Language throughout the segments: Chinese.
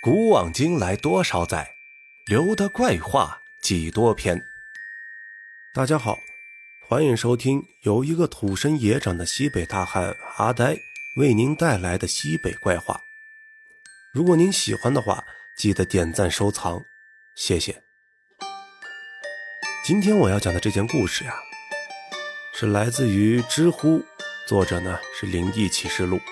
古往今来多少载，留得怪话几多篇。大家好，欢迎收听由一个土生野长的西北大汉阿呆为您带来的西北怪话。如果您喜欢的话，记得点赞收藏，谢谢。今天我要讲的这件故事是来自于知乎，作者呢是灵异启示录。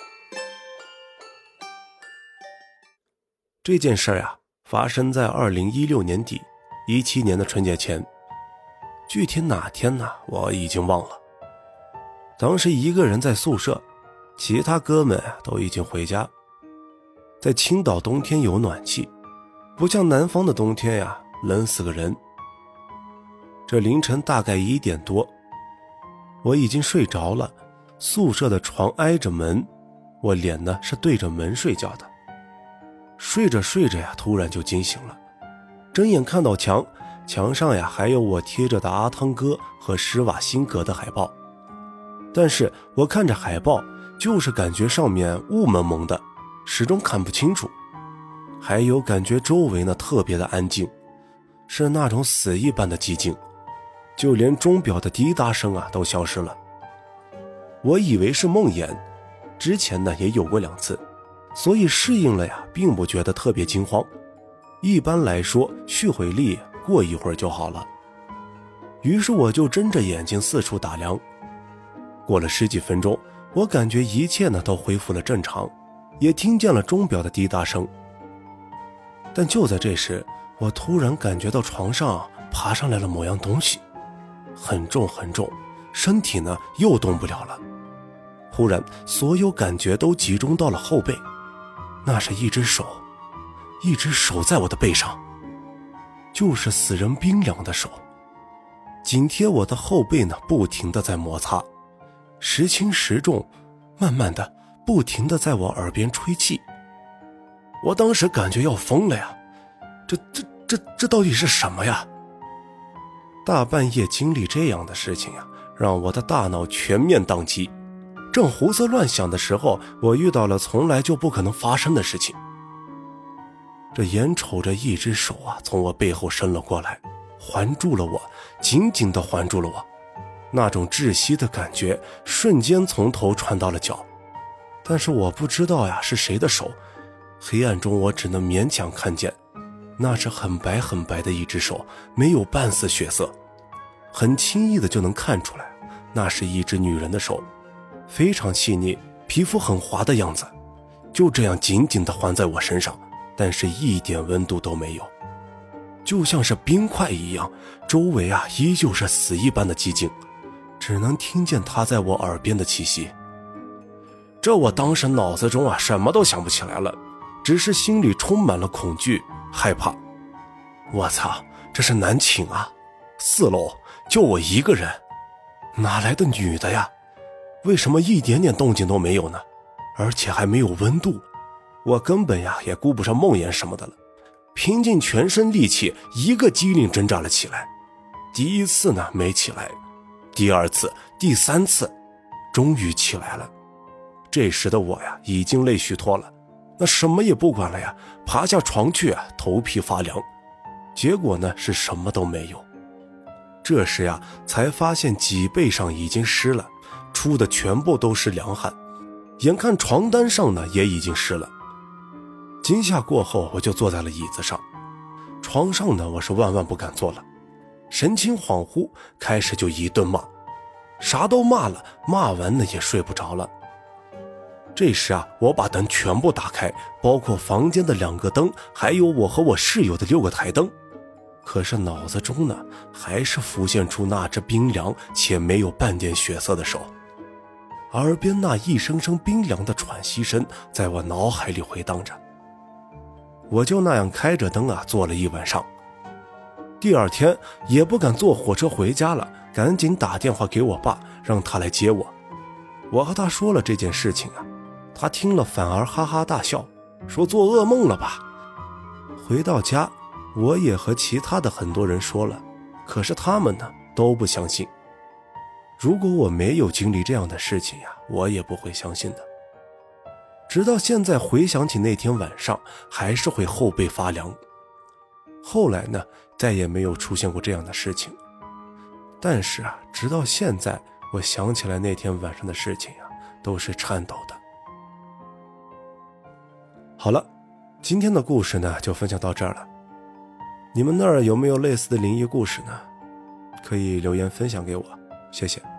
这件事发生在2016年底17年的春节前，具体哪天呢我已经忘了。当时一个人在宿舍，其他哥们都已经回家。在青岛冬天有暖气，不像南方的冬天冷死个人。这凌晨大概1点多，我已经睡着了，宿舍的床挨着门，我脸呢是对着门睡觉的。睡着睡着突然就惊醒了，睁眼看到墙上还有我贴着的阿汤哥和施瓦辛格的海报。但是我看着海报，就是感觉上面雾蒙蒙的，始终看不清楚。还有感觉周围呢特别的安静，是那种死一般的寂静，就连钟表的滴答声都消失了。我以为是梦魇，之前呢也有过2次，所以适应了并不觉得特别惊慌。一般来说续回力过一会儿就好了。于是我就睁着眼睛四处打量。过了10几分钟，我感觉一切呢都恢复了正常，也听见了钟表的滴答声。但就在这时，我突然感觉到床上爬上来了某样东西，很重很重，身体呢又动不了了。忽然所有感觉都集中到了后背，那是一只手在我的背上，就是死人冰凉的手，紧贴我的后背呢，不停地在摩擦，时轻时重，慢慢的不停地在我耳边吹气。我当时感觉要疯了这到底是什么呀？大半夜经历这样的事情让我的大脑全面宕机。正胡思乱想的时候，我遇到了从来就不可能发生的事情。这眼瞅着一只手从我背后伸了过来，环住了我，紧紧地环住了我。那种窒息的感觉瞬间从头传到了脚，但是我不知道是谁的手。黑暗中我只能勉强看见，那是很白很白的一只手，没有半丝血色，很轻易的就能看出来，那是一只女人的手，非常细腻，皮肤很滑的样子，就这样紧紧地环在我身上，但是一点温度都没有，就像是冰块一样。周围依旧是死一般的寂静，只能听见她在我耳边的气息。这我当时脑子中什么都想不起来了，只是心里充满了恐惧害怕。我操，这是南寝4楼就我一个人，哪来的女的呀？为什么一点点动静都没有呢？而且还没有温度。我根本也顾不上梦魇什么的了，拼尽全身力气一个机灵挣扎了起来。第1次呢没起来，第2次第3次终于起来了。这时的我已经累虚脱了，那什么也不管了爬下床去头皮发凉。结果呢是什么都没有。这时才发现脊背上已经湿了，出的全部都是凉汗，眼看床单上呢也已经湿了。惊吓过后，我就坐在了椅子上，床上呢我是万万不敢坐了，神情恍惚，开始就一顿骂，啥都骂了，骂完呢也睡不着了。这时我把灯全部打开，包括房间的2个灯，还有我和我室友的6个台灯。可是脑子中呢还是浮现出那只冰凉且没有半点血色的手，耳边那一声声冰凉的喘息声在我脑海里回荡着。我就那样开着灯坐了一晚上。第2天也不敢坐火车回家了，赶紧打电话给我爸，让他来接我。我和他说了这件事情他听了反而哈哈大笑，说做噩梦了吧。回到家我也和其他的很多人说了，可是他们呢都不相信。如果我没有经历这样的事情我也不会相信的。 直到现在回想起那天晚上，还是会后背发凉。后来呢，再也没有出现过这样的事情。但是啊，直到现在，我想起来那天晚上的事情啊，都是颤抖的。好了，今天的故事呢，就分享到这儿了。你们那儿有没有类似的灵异故事呢？可以留言分享给我，谢谢。